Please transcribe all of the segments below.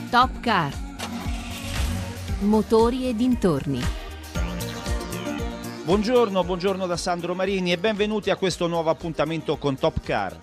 Top Car. Motori e dintorni. Buongiorno da Sandro Marini e benvenuti a questo nuovo appuntamento con Top Car.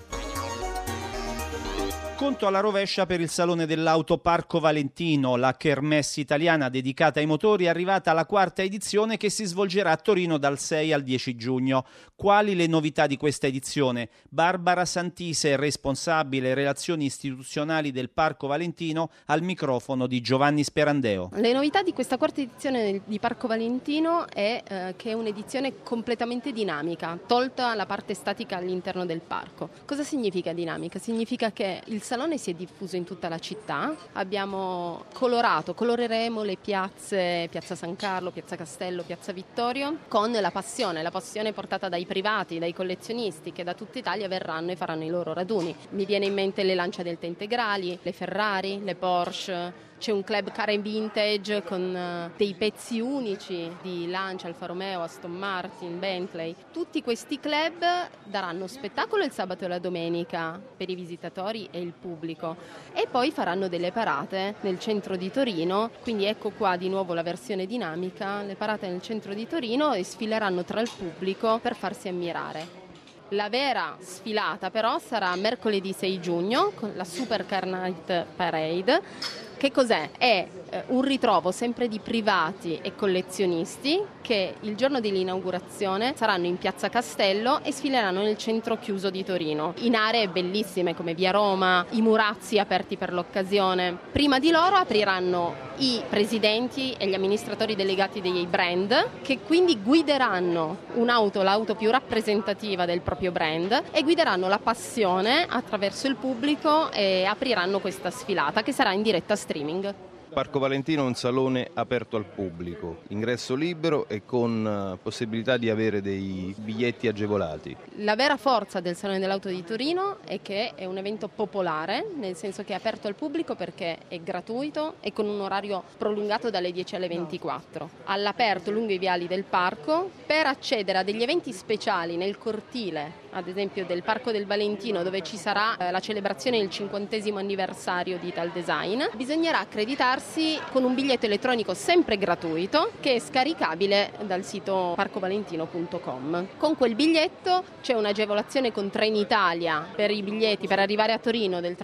Conto alla rovescia per il Salone dell'Auto Parco Valentino, la kermesse italiana dedicata ai motori è arrivata alla quarta edizione che si svolgerà a Torino dal 6 al 10 giugno. Quali le novità di questa edizione? Barbara Santise, responsabile relazioni istituzionali del Parco Valentino, al microfono di Giovanni Sperandeo. Le novità di questa quarta edizione di Parco Valentino è che è un'edizione completamente dinamica, tolta la parte statica all'interno del parco. Cosa significa dinamica? Significa che il salone si è diffuso in tutta la città, abbiamo coloreremo le piazze, Piazza San Carlo, Piazza Castello, Piazza Vittorio, con la passione portata dai privati, dai collezionisti che da tutta Italia verranno e faranno i loro raduni. Mi viene in mente le Lancia Delta integrali, le Ferrari, le Porsche. C'è un club car and vintage con dei pezzi unici di Lancia, Alfa Romeo, Aston Martin, Bentley. Tutti questi club daranno spettacolo il sabato e la domenica per i visitatori e il pubblico e poi faranno delle parate nel centro di Torino, quindi ecco qua di nuovo la versione dinamica, le parate nel centro di Torino e sfileranno tra il pubblico per farsi ammirare. La vera sfilata però sarà mercoledì 6 giugno con la Super Car Night Parade. Che cos'è? È un ritrovo sempre di privati e collezionisti che il giorno dell'inaugurazione saranno in Piazza Castello e sfileranno nel centro chiuso di Torino, in aree bellissime come Via Roma, i Murazzi aperti per l'occasione. Prima di loro apriranno i presidenti e gli amministratori delegati dei brand che quindi guideranno l'auto più rappresentativa del proprio brand e guideranno la passione attraverso il pubblico e apriranno questa sfilata che sarà in diretta streaming. Parco Valentino è un salone aperto al pubblico, ingresso libero e con possibilità di avere dei biglietti agevolati. La vera forza del Salone dell'Auto di Torino è che è un evento popolare, nel senso che è aperto al pubblico perché è gratuito e con un orario prolungato dalle 10 alle 24. All'aperto lungo i viali del parco per accedere a degli eventi speciali nel cortile, ad esempio del Parco del Valentino dove ci sarà la celebrazione del 50° anniversario di Ital Design, bisognerà accreditarsi con un biglietto elettronico sempre gratuito che è scaricabile dal sito parcovalentino.com. Con quel biglietto c'è un'agevolazione con Trenitalia per i biglietti per arrivare a Torino del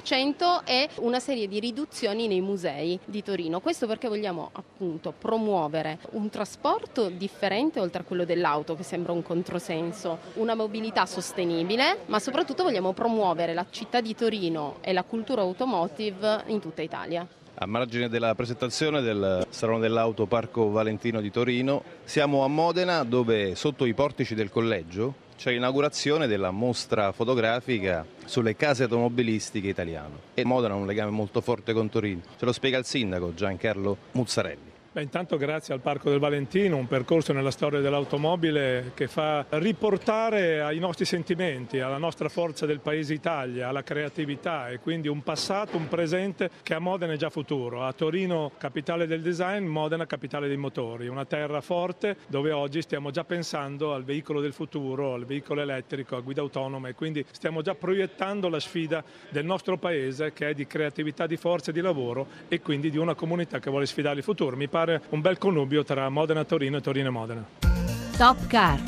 30% e una serie di riduzioni nei musei di Torino. Questo perché vogliamo appunto promuovere un trasporto differente oltre a quello dell'auto che sembra un controsenso, una mobilità sostenibile, ma soprattutto vogliamo promuovere la città di Torino e la cultura automotive in tutta Italia. A margine della presentazione del Salone dell'Auto Parco Valentino di Torino, siamo a Modena dove sotto i portici del collegio c'è l'inaugurazione della mostra fotografica sulle case automobilistiche italiane. E Modena ha un legame molto forte con Torino. Ce lo spiega il sindaco Giancarlo Muzzarelli. Intanto grazie al Parco del Valentino, un percorso nella storia dell'automobile che fa riportare ai nostri sentimenti, alla nostra forza del paese Italia, alla creatività e quindi un passato, un presente che a Modena è già futuro. A Torino capitale del design, Modena capitale dei motori, una terra forte dove oggi stiamo già pensando al veicolo del futuro, al veicolo elettrico, a guida autonoma e quindi stiamo già proiettando la sfida del nostro paese che è di creatività, di forza e di lavoro e quindi di una comunità che vuole sfidare il futuro. Mi pare un bel connubio tra Modena Torino e Torino e Modena. Top Car.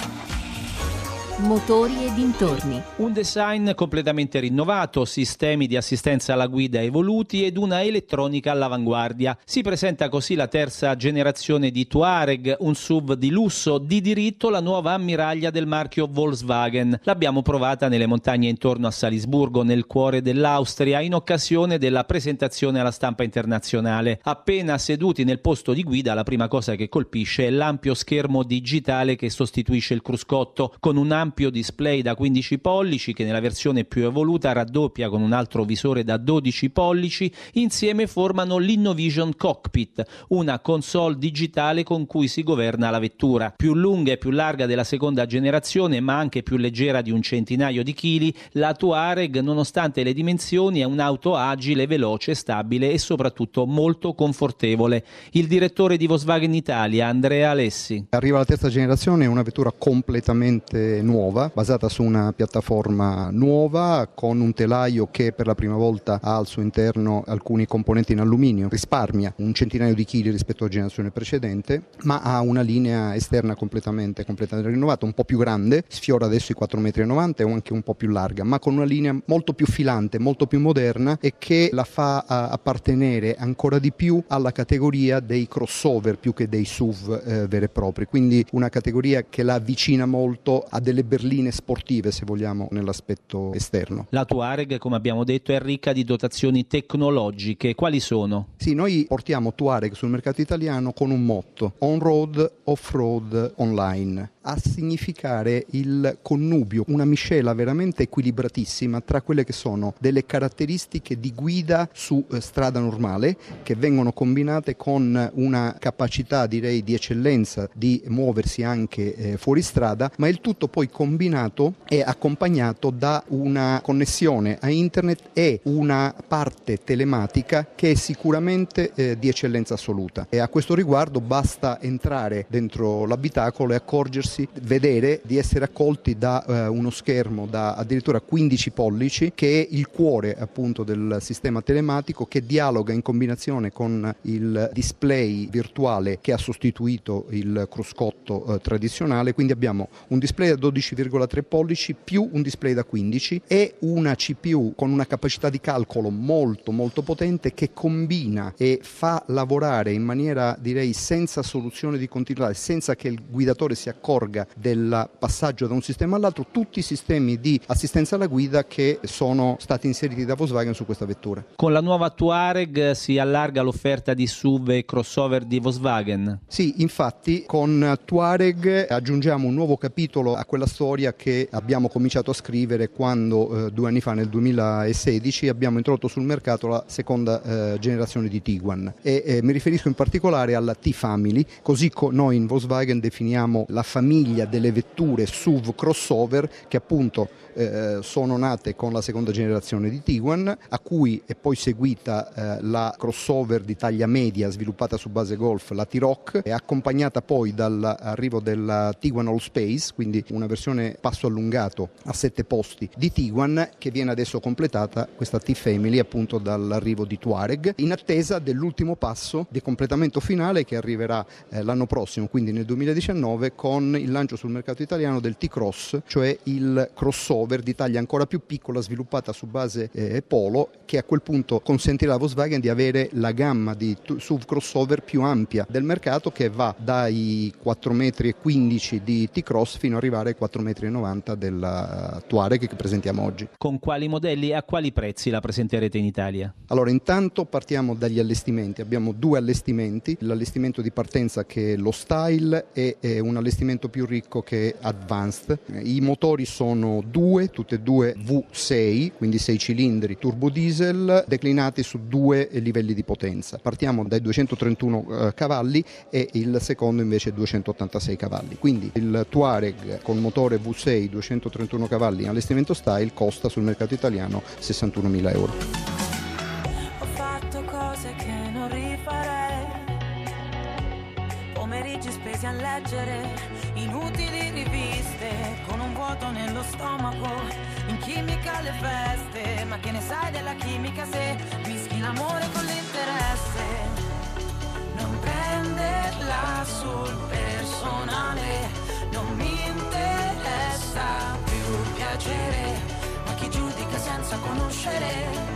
Motori e dintorni. Un design completamente rinnovato, sistemi di assistenza alla guida evoluti ed una elettronica all'avanguardia. Si presenta così la terza generazione di Touareg, un SUV di lusso, di diritto la nuova ammiraglia del marchio Volkswagen. L'abbiamo provata nelle montagne intorno a Salisburgo, nel cuore dell'Austria, in occasione della presentazione alla stampa internazionale. Appena seduti nel posto di guida, la prima cosa che colpisce è l'ampio schermo digitale che sostituisce il cruscotto, con un ampio display da 15 pollici che nella versione più evoluta raddoppia con un altro visore da 12 pollici, insieme formano l'InnoVision Cockpit, una console digitale con cui si governa la vettura. Più lunga e più larga della seconda generazione, ma anche più leggera di un centinaio di chili, la Touareg, nonostante le dimensioni, è un'auto agile, veloce, stabile e soprattutto molto confortevole. Il direttore di Volkswagen Italia, Andrea Alessi. Arriva la terza generazione, è una vettura completamente nuova nuova, basata su una piattaforma nuova, con un telaio che per la prima volta ha al suo interno alcuni componenti in alluminio, risparmia un centinaio di chili rispetto alla generazione precedente, ma ha una linea esterna completamente rinnovata, un po' più grande, sfiora adesso i 4,90 m o anche un po' più larga, ma con una linea molto più filante, molto più moderna, e che la fa appartenere ancora di più alla categoria dei crossover più che dei SUV veri e propri, quindi una categoria che la avvicina molto a delle berline sportive, se vogliamo, nell'aspetto esterno. La Touareg, come abbiamo detto, è ricca di dotazioni tecnologiche. Quali sono? Sì, noi portiamo Touareg sul mercato italiano con un motto: on-road, off-road, online, a significare il connubio, una miscela veramente equilibratissima tra quelle che sono delle caratteristiche di guida su strada normale, che vengono combinate con una capacità, direi, di eccellenza di muoversi anche fuori strada, ma il tutto poi combinato e accompagnato da una connessione a internet e una parte telematica che è sicuramente di eccellenza assoluta. E a questo riguardo basta entrare dentro l'abitacolo e accorgersi, vedere di essere accolti da uno schermo da addirittura 15 pollici, che è il cuore appunto del sistema telematico, che dialoga in combinazione con il display virtuale che ha sostituito il cruscotto tradizionale. Quindi abbiamo un display da 12,3 pollici più un display da 15 e una CPU con una capacità di calcolo molto molto potente, che combina e fa lavorare in maniera, direi, senza soluzione di continuità, senza che il guidatore si accorga del passaggio da un sistema all'altro, tutti i sistemi di assistenza alla guida che sono stati inseriti da Volkswagen su questa vettura. Con la nuova Touareg si allarga l'offerta di SUV e crossover di Volkswagen? Sì, infatti con Touareg aggiungiamo un nuovo capitolo a quella storia che abbiamo cominciato a scrivere quando 2 anni fa, nel 2016, abbiamo introdotto sul mercato la seconda generazione di Tiguan, e mi riferisco in particolare alla T-Family, così noi in Volkswagen definiamo la famiglia delle vetture SUV crossover che appunto sono nate con la seconda generazione di Tiguan, a cui è poi seguita la crossover di taglia media sviluppata su base Golf, la T-Roc, e accompagnata poi dall'arrivo della Tiguan All Space, quindi una versione passo allungato a 7 posti di Tiguan, che viene adesso completata, questa T-Family, appunto dall'arrivo di Touareg, in attesa dell'ultimo passo di completamento finale che arriverà l'anno prossimo, quindi nel 2019, con il lancio sul mercato italiano del T-Cross, cioè il crossover di taglia ancora più piccola sviluppata su base Polo, che a quel punto consentirà a Volkswagen di avere la gamma di SUV crossover più ampia del mercato, che va dai 4,15 m di T-Cross fino ad arrivare ai 4,90 m della Touareg che presentiamo oggi. Con quali modelli e a quali prezzi la presenterete in Italia? Allora, intanto partiamo dagli allestimenti. Abbiamo 2 allestimenti: l'allestimento di partenza, che è lo Style, e un allestimento più ricco che è Advanced. I motori sono tutti e due V6, quindi 6 cilindri turbo diesel, declinati su 2 livelli di potenza. Partiamo dai 231 cavalli e il secondo invece 286 cavalli. Quindi il Touareg con motore V6 231 cavalli in allestimento Style costa sul mercato italiano 61.000 euro. Ho fatto cose che non rifarei, pomeriggi spesi a leggere inutili riviste, con un vuoto nello stomaco, in chimica le feste. Ma che ne sai della chimica se mischi l'amore con l'interesse? Non prenderla sul personale, non mi interessa più piacere, ma chi giudica senza conoscere.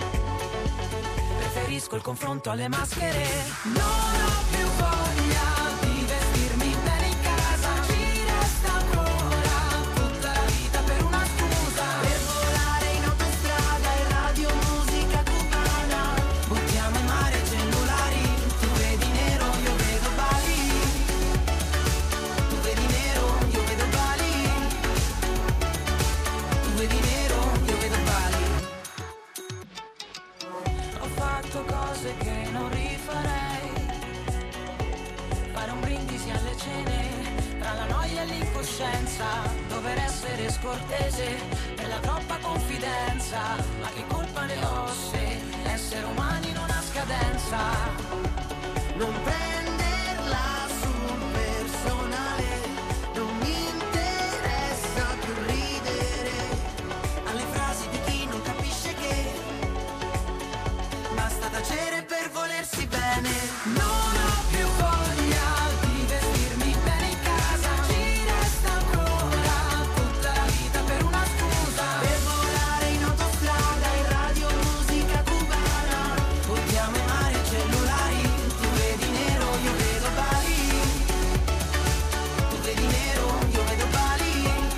Preferisco il confronto alle maschere. Non ho più voglia di vestirmi bene in casa, ci resta ancora tutta la vita per una scusa, per volare in autostrada e radio musica cubana. Buttiamo in mare cellulari, tu vedi nero, io vedo Bali. Tu vedi nero, io vedo Bali. Tu vedi nero, io vedo Bali. Ho fatto cose che non rifarei, fare un brindisi alle cene, tra la noia e l'incoscienza, dover essere scortese per la troppa confidenza. Ma che colpa ne ho se essere umani non ha scadenza? Non prenderla sul personale, non mi interessa Non ho più voglia di vestirmi bene in casa, ci resta ancora tutta la vita per una scusa, per volare in autostrada in radio musica cubana, buttiamo in mare i cellulari, tu vedi nero, io vedo Bali, tu vedi nero, io vedo Bali,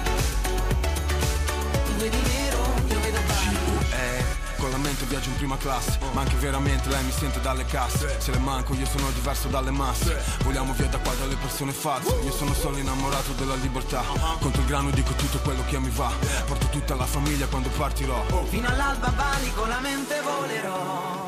tu vedi nero, io vedo Bali. Con la mente viaggio in prima classe, ma anche veramente lei mi sente dalle casse. Se le manco io sono diverso dalle masse, vogliamo via da qua dalle persone false. Io sono solo innamorato della libertà, contro il grano dico tutto quello che mi va, porto tutta la famiglia quando partirò. Fino all'alba Bali con la mente volerò,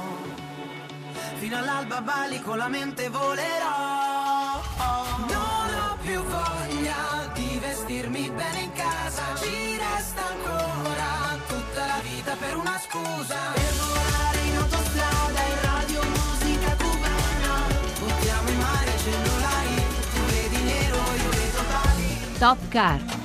fino all'alba Bali con la mente volerò. Non ho più voglia di vestirmi bene in casa, ci resta ancora tutta la vita per una scusa, per volare in autostrada in radio musica cubana, buttiamo in mare i cellulari, tu vedi nero, io vedo Bali. Top Car.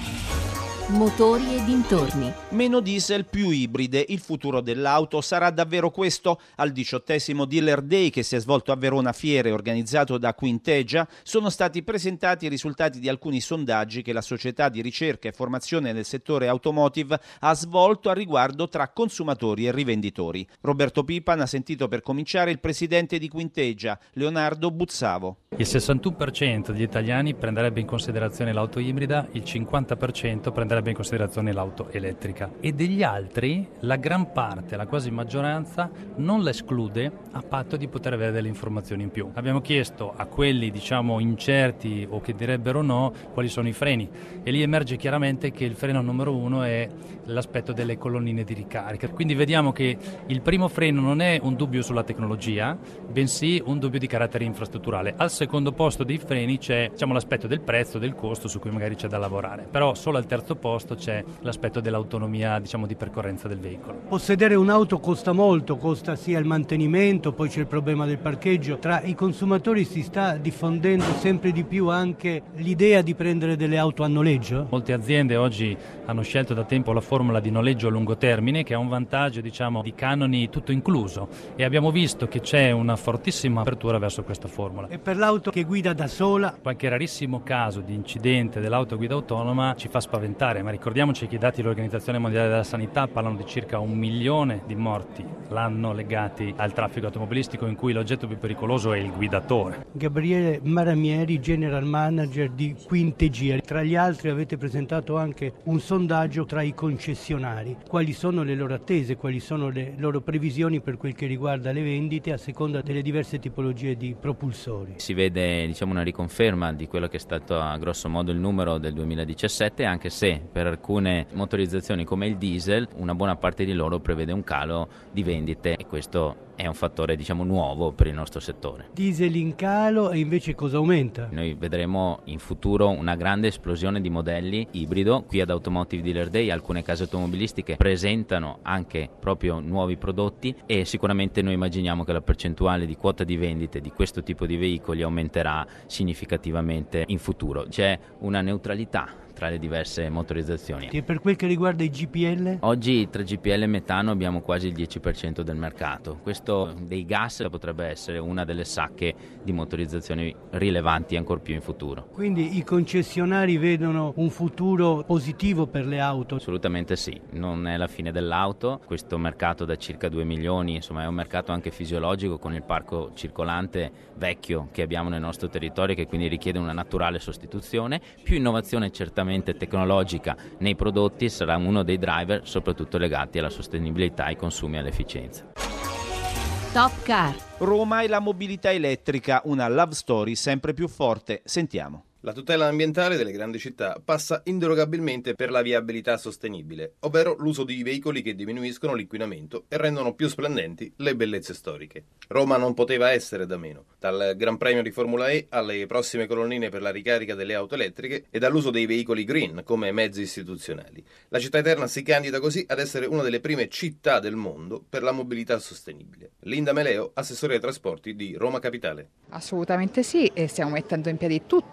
Motori e dintorni. Meno diesel, più ibride. Il futuro dell'auto sarà davvero questo? Al 18° Dealer Day, che si è svolto a Verona Fiere, organizzato da Quintegia, sono stati presentati i risultati di alcuni sondaggi che la società di ricerca e formazione nel settore automotive ha svolto a riguardo tra consumatori e rivenditori. Roberto Pipan ha sentito per cominciare il presidente di Quintegia, Leonardo Buzzavo. Il 61% degli italiani prenderebbe in considerazione l'auto ibrida, il 50% prenderebbe in considerazione l'auto elettrica e degli altri la gran parte, la quasi maggioranza, non la esclude a patto di poter avere delle informazioni in più. Abbiamo chiesto a quelli incerti o che direbbero no quali sono i freni e lì emerge chiaramente che il freno numero 1 è l'aspetto delle colonnine di ricarica. Quindi vediamo che il primo freno non è un dubbio sulla tecnologia, bensì un dubbio di carattere infrastrutturale. Al secondo posto dei freni c'è l'aspetto del prezzo, del costo su cui magari c'è da lavorare, però solo al terzo posto c'è l'aspetto dell'autonomia di percorrenza del veicolo. Possedere un'auto costa molto, costa sia il mantenimento, poi c'è il problema del parcheggio. Tra i consumatori si sta diffondendo sempre di più anche l'idea di prendere delle auto a noleggio. Molte aziende oggi hanno scelto da tempo la formula di noleggio a lungo termine, che ha un vantaggio di canoni tutto incluso, e abbiamo visto che c'è una fortissima apertura verso questa formula. E per l'auto che guida da sola? Qualche rarissimo caso di incidente dell'auto guida autonoma ci fa spaventare, ma ricordiamoci che i dati dell'Organizzazione Mondiale della Sanità parlano di circa 1 milione di morti l'anno legati al traffico automobilistico, in cui l'oggetto più pericoloso è il guidatore. Gabriele Maramieri, General Manager di Quintegia. Tra gli altri avete presentato anche un sondaggio tra i concessionari. Quali sono le loro attese, quali sono le loro previsioni per quel che riguarda le vendite a seconda delle diverse tipologie di propulsori? Si vede una riconferma di quello che è stato a grosso modo il numero del 2017, anche se per alcune motorizzazioni come il diesel una buona parte di loro prevede un calo di vendite, e questo è un fattore nuovo per il nostro settore. Diesel in calo, e invece cosa aumenta? Noi vedremo in futuro una grande esplosione di modelli ibrido. Qui ad Automotive Dealer Day alcune case automobilistiche presentano anche proprio nuovi prodotti, e sicuramente noi immaginiamo che la percentuale di quota di vendite di questo tipo di veicoli aumenterà significativamente in futuro. C'è una neutralità tra le diverse motorizzazioni. E per quel che riguarda i GPL? Oggi tra GPL e metano abbiamo quasi il 10% del mercato. Questo dei gas potrebbe essere una delle sacche di motorizzazioni rilevanti ancor più in futuro. Quindi i concessionari vedono un futuro positivo per le auto? Assolutamente sì, non è la fine dell'auto. Questo mercato da circa 2 milioni, è un mercato anche fisiologico, con il parco circolante vecchio che abbiamo nel nostro territorio, che quindi richiede una naturale sostituzione. Più innovazione certamente tecnologica nei prodotti sarà uno dei driver, soprattutto legati alla sostenibilità, ai consumi e all'efficienza. Top Car. Roma e la mobilità elettrica, una love story sempre più forte. Sentiamo. La tutela ambientale delle grandi città passa inderogabilmente per la viabilità sostenibile, ovvero l'uso di veicoli che diminuiscono l'inquinamento e rendono più splendenti le bellezze storiche. Roma non poteva essere da meno, dal Gran Premio di Formula E alle prossime colonnine per la ricarica delle auto elettriche e dall'uso dei veicoli green come mezzi istituzionali. La città eterna si candida così ad essere una delle prime città del mondo per la mobilità sostenibile. Linda Meleo, assessore ai trasporti di Roma Capitale. Assolutamente sì, e stiamo mettendo in piedi tutti gli interventi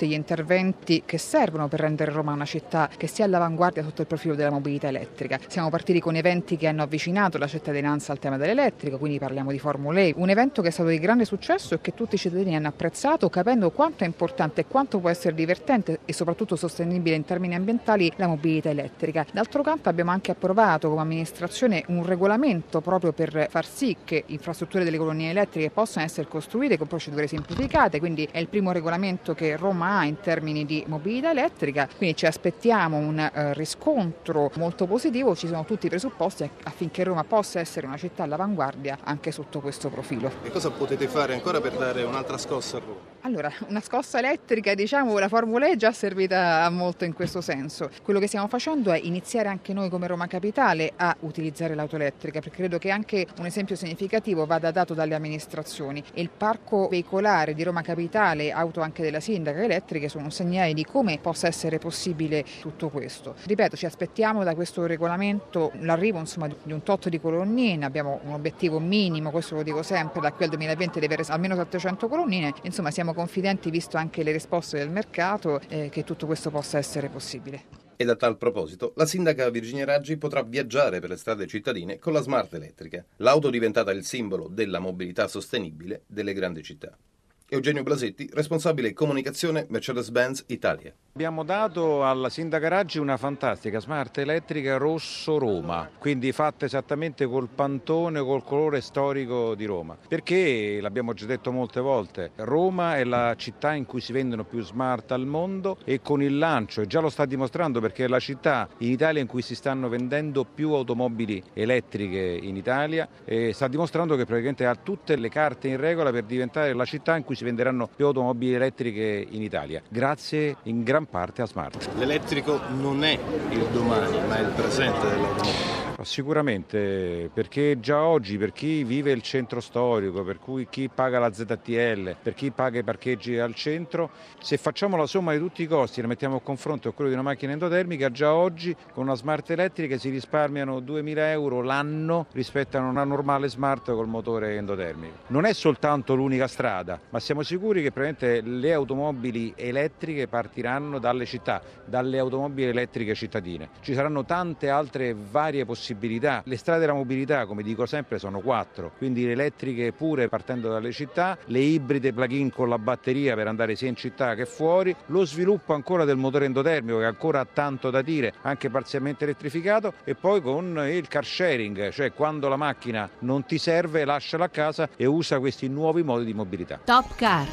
interventi che servono per rendere Roma una città che sia all'avanguardia sotto il profilo della mobilità elettrica. Siamo partiti con eventi che hanno avvicinato la cittadinanza al tema dell'elettrico, quindi parliamo di Formula E, un evento che è stato di grande successo e che tutti i cittadini hanno apprezzato, capendo quanto è importante e quanto può essere divertente e soprattutto sostenibile in termini ambientali la mobilità elettrica. D'altro canto abbiamo anche approvato come amministrazione un regolamento proprio per far sì che infrastrutture delle colonnine elettriche possano essere costruite con procedure semplificate, quindi è il primo regolamento che Roma ha in termini di mobilità elettrica, quindi ci aspettiamo un riscontro molto positivo, ci sono tutti i presupposti affinché Roma possa essere una città all'avanguardia anche sotto questo profilo. E cosa potete fare ancora per dare un'altra scossa a Roma? Allora, una scossa elettrica, la Formula E è già servita a molto in questo senso. Quello che stiamo facendo è iniziare anche noi come Roma Capitale a utilizzare l'auto elettrica, perché credo che anche un esempio significativo vada dato dalle amministrazioni. E il parco veicolare di Roma Capitale, auto anche della sindaca elettriche, sono un segnale di come possa essere possibile tutto questo. Ripeto, ci aspettiamo da questo regolamento l'arrivo di un tot di colonnine, abbiamo un obiettivo minimo, questo lo dico sempre, da qui al 2020 deve avere almeno 700 colonnine, insomma siamo confidenti, visto anche le risposte del mercato, che tutto questo possa essere possibile. E a tal proposito, la sindaca Virginia Raggi potrà viaggiare per le strade cittadine con la Smart elettrica, l'auto diventata il simbolo della mobilità sostenibile delle grandi città. Eugenio Blasetti, responsabile comunicazione Mercedes-Benz Italia. Abbiamo dato alla sindaca Raggi una fantastica Smart elettrica rosso Roma, quindi fatta esattamente col pantone, col colore storico di Roma. Perché, l'abbiamo già detto molte volte, Roma è la città in cui si vendono più Smart al mondo e con il lancio, e già lo sta dimostrando perché è la città in Italia in cui si stanno vendendo più automobili elettriche in Italia, e sta dimostrando che praticamente ha tutte le carte in regola per diventare la città in cui si venderanno più automobili elettriche in Italia, grazie in gran parte a Smart. L'elettrico non è il domani, ma è il presente dell'automobile. Sicuramente, perché già oggi per chi vive il centro storico, per cui chi paga la ZTL, per chi paga i parcheggi al centro, se facciamo la somma di tutti i costi e la mettiamo a confronto con quello di una macchina endotermica, già oggi con una Smart elettrica si risparmiano 2.000 euro l'anno rispetto a una normale Smart col motore endotermico. Non è soltanto l'unica strada, ma siamo sicuri che probabilmente le automobili elettriche partiranno dalle città, dalle automobili elettriche cittadine. Ci saranno tante altre varie possibilità. Le strade della mobilità, come dico sempre, sono 4, quindi le elettriche pure partendo dalle città, le ibride plug-in con la batteria per andare sia in città che fuori, lo sviluppo ancora del motore endotermico che ancora ha tanto da dire, anche parzialmente elettrificato, e poi con il car sharing, cioè quando la macchina non ti serve lasciala a casa e usa questi nuovi modi di mobilità. Top Car.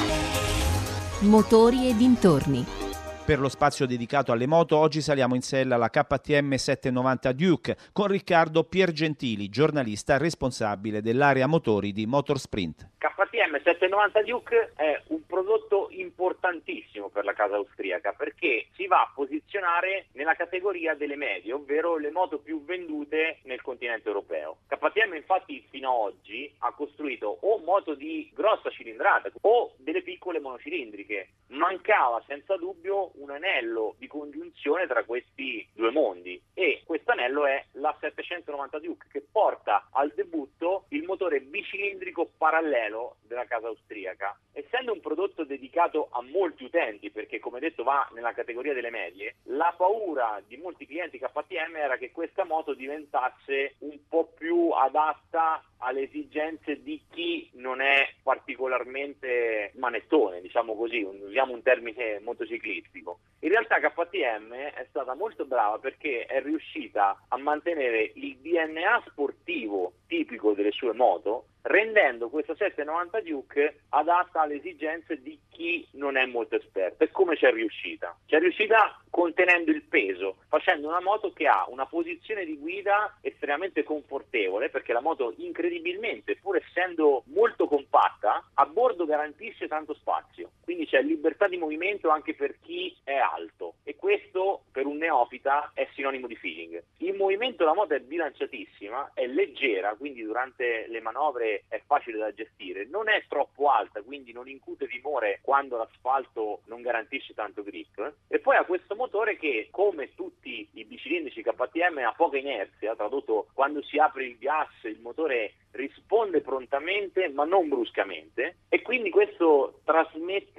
Motori e dintorni. Per lo spazio dedicato alle moto, oggi saliamo in sella alla KTM 790 Duke con Riccardo Piergentili, giornalista responsabile dell'area motori di Motorsprint. KTM 790 Duke è un prodotto importantissimo per la casa austriaca perché si va a posizionare nella categoria delle medie, ovvero le moto più vendute nel continente europeo. KTM infatti fino ad oggi ha costruito o moto di grossa cilindrata o delle piccole monocilindriche. Mancava senza dubbio un anello di congiunzione tra questi due mondi e questo anello è la 790 Duke, che porta al debutto il motore bicilindrico parallelo della casa austriaca. Essendo un prodotto dedicato a molti utenti, perché come detto va nella categoria delle medie, la paura di molti clienti KTM era che questa moto diventasse un po' più adatta alle esigenze di chi non è particolarmente manettone, diciamo così, usiamo un termine motociclistico. In realtà KTM è stata molto brava perché è riuscita a mantenere il DNA sportivo tipico delle sue moto, rendendo questa 790 Duke adatta alle esigenze di chi non è molto esperto. E come ci è riuscita? Ci è riuscita contenendo il peso, facendo una moto che ha una posizione di guida estremamente confortevole, perché la moto incredibilmente, pur essendo molto compatta, a bordo garantisce tanto spazio, quindi c'è libertà di movimento anche per chi è alto, e questo per un neofita è sinonimo di feeling. In movimento la moto è bilanciatissima, è leggera, quindi durante le manovre è facile da gestire, non è troppo alta, quindi non incute timore quando l'asfalto non garantisce tanto grip, e poi ha questo motore che, come tutti i bicilindrici KTM, ha poca inerzia, tradotto quando si apre il gas il motore risponde prontamente ma non bruscamente, e quindi questo trasmette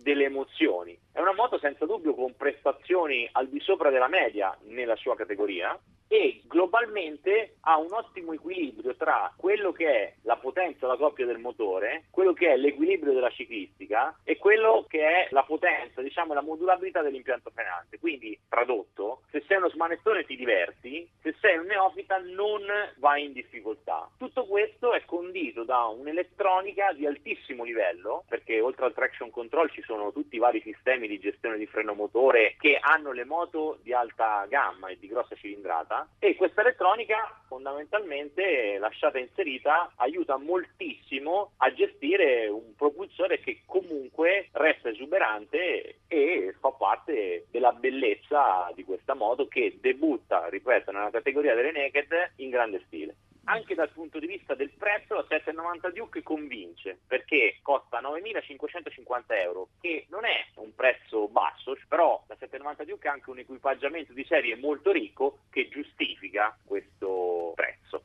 delle emozioni. È una moto senza dubbio con prestazioni al di sopra della media nella sua categoria e globalmente ha un ottimo equilibrio tra quello che è la potenza, la coppia del motore, quello che è l'equilibrio della ciclistica e quello che è la potenza, diciamo la modulabilità dell'impianto frenante. Quindi, tradotto, se sei uno smanettone ti diverti, se sei un neofita non vai in difficoltà. Tutto questo è condito da un'elettronica di altissimo livello, perché oltre al traction control ci sono tutti i vari sistemi di gestione di freno motore che hanno le moto di alta gamma e di grossa cilindrata, e questa elettronica fondamentalmente lasciata inserita aiuta moltissimo a gestire un propulsore che comunque resta esuberante e fa parte della bellezza di questa moto che debutta, ripeto, nella categoria delle naked in grande stile. Anche dal punto di vista del prezzo la 790 Duke convince, perché costa 9.550 euro, che non è un prezzo basso, però la 790 Duke ha anche un equipaggiamento di serie molto ricco che giustifica questo prezzo.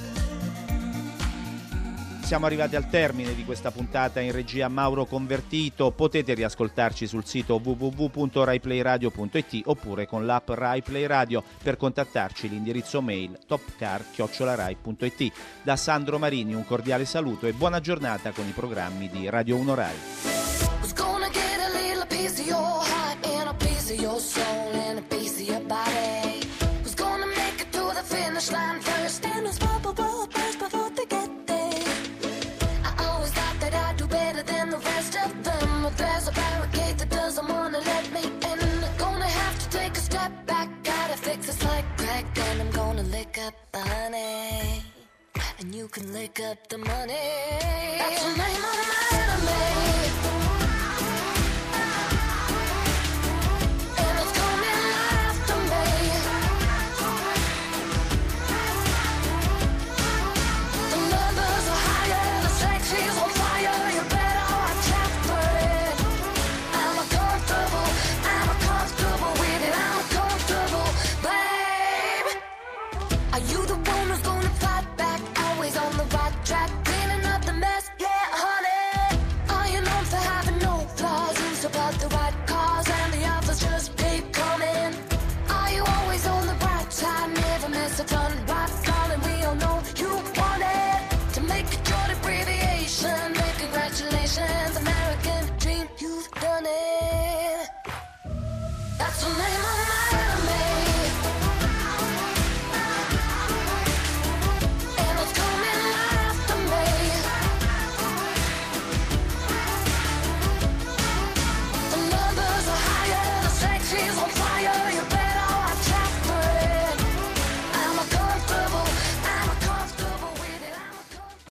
Siamo arrivati al termine di questa puntata. In regia Mauro Convertito. Potete riascoltarci sul sito www.raiplayradio.it oppure con l'app Rai Play Radio. Per contattarci l'indirizzo mail topcar@rai.it. Da Sandro Marini un cordiale saluto e buona giornata con i programmi di Radio 1 Rai. There's a barricade that doesn't wanna let me in. Gonna have to take a step back, gotta fix this like crack. And I'm gonna lick up the honey, and you can lick up the money. That's the name of my enemy.